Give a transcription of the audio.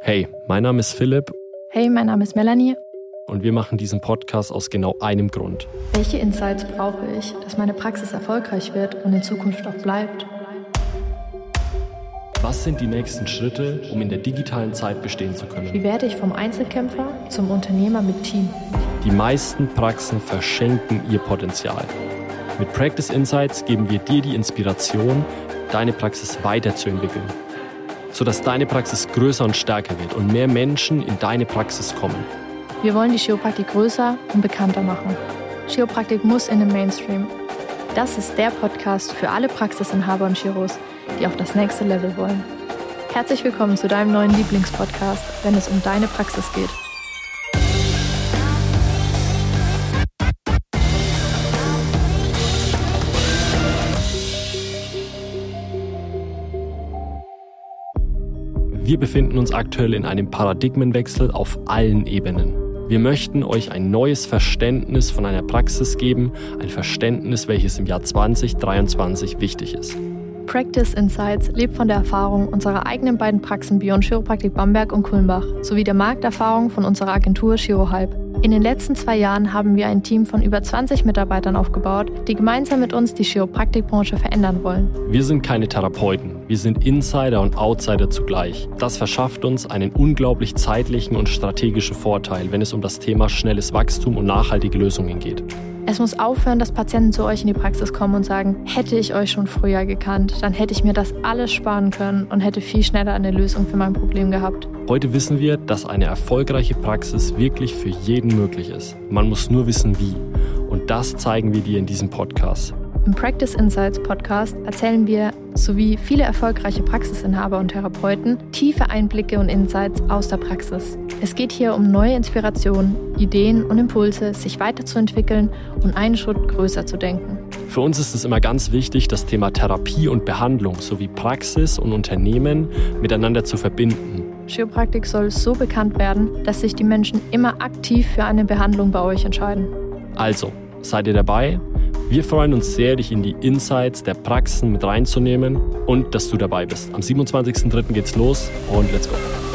Hey, mein Name ist Philipp. Hey, mein Name ist Melanie. Und wir machen diesen Podcast aus genau einem Grund. Welche Insights brauche ich, dass meine Praxis erfolgreich wird und in Zukunft auch bleibt? Was sind die nächsten Schritte, um in der digitalen Zeit bestehen zu können? Wie werde ich vom Einzelkämpfer zum Unternehmer mit Team? Die meisten Praxen verschenken ihr Potenzial. Mit Practice Insights geben wir dir die Inspiration, deine Praxis weiterzuentwickeln, sodass deine Praxis größer und stärker wird und mehr Menschen in deine Praxis kommen. Wir wollen die Chiropraktik größer und bekannter machen. Chiropraktik muss in den Mainstream. Das ist der Podcast für alle Praxisinhaber und Chiros, die auf das nächste Level wollen. Herzlich willkommen zu deinem neuen Lieblingspodcast, wenn es um deine Praxis geht. Wir befinden uns aktuell in einem Paradigmenwechsel auf allen Ebenen. Wir möchten euch ein neues Verständnis von einer Praxis geben, ein Verständnis, welches im Jahr 2023 wichtig ist. Practice Insights lebt von der Erfahrung unserer eigenen beiden Praxen Beyond Chiropraktik Bamberg und Kulmbach sowie der Markterfahrung von unserer Agentur ChiroHype. In den letzten 2 Jahren haben wir ein Team von über 20 Mitarbeitern aufgebaut, die gemeinsam mit uns die Chiropraktikbranche verändern wollen. Wir sind keine Therapeuten, wir sind Insider und Outsider zugleich. Das verschafft uns einen unglaublich zeitlichen und strategischen Vorteil, wenn es um das Thema schnelles Wachstum und nachhaltige Lösungen geht. Es muss aufhören, dass Patienten zu euch in die Praxis kommen und sagen, hätte ich euch schon früher gekannt, dann hätte ich mir das alles sparen können und hätte viel schneller eine Lösung für mein Problem gehabt. Heute wissen wir, dass eine erfolgreiche Praxis wirklich für jeden möglich ist. Man muss nur wissen, wie. Und das zeigen wir dir in diesem Podcast. Im Practice Insights Podcast erzählen wir, sowie viele erfolgreiche Praxisinhaber und Therapeuten, tiefe Einblicke und Insights aus der Praxis. Es geht hier um neue Inspirationen, Ideen und Impulse, sich weiterzuentwickeln und einen Schritt größer zu denken. Für uns ist es immer ganz wichtig, das Thema Therapie und Behandlung sowie Praxis und Unternehmen miteinander zu verbinden. Chiropraktik soll so bekannt werden, dass sich die Menschen immer aktiv für eine Behandlung bei euch entscheiden. Also, seid ihr dabei? Wir freuen uns sehr, dich in die Insights der Praxen mit reinzunehmen und dass du dabei bist. Am 27.03. geht's los und let's go!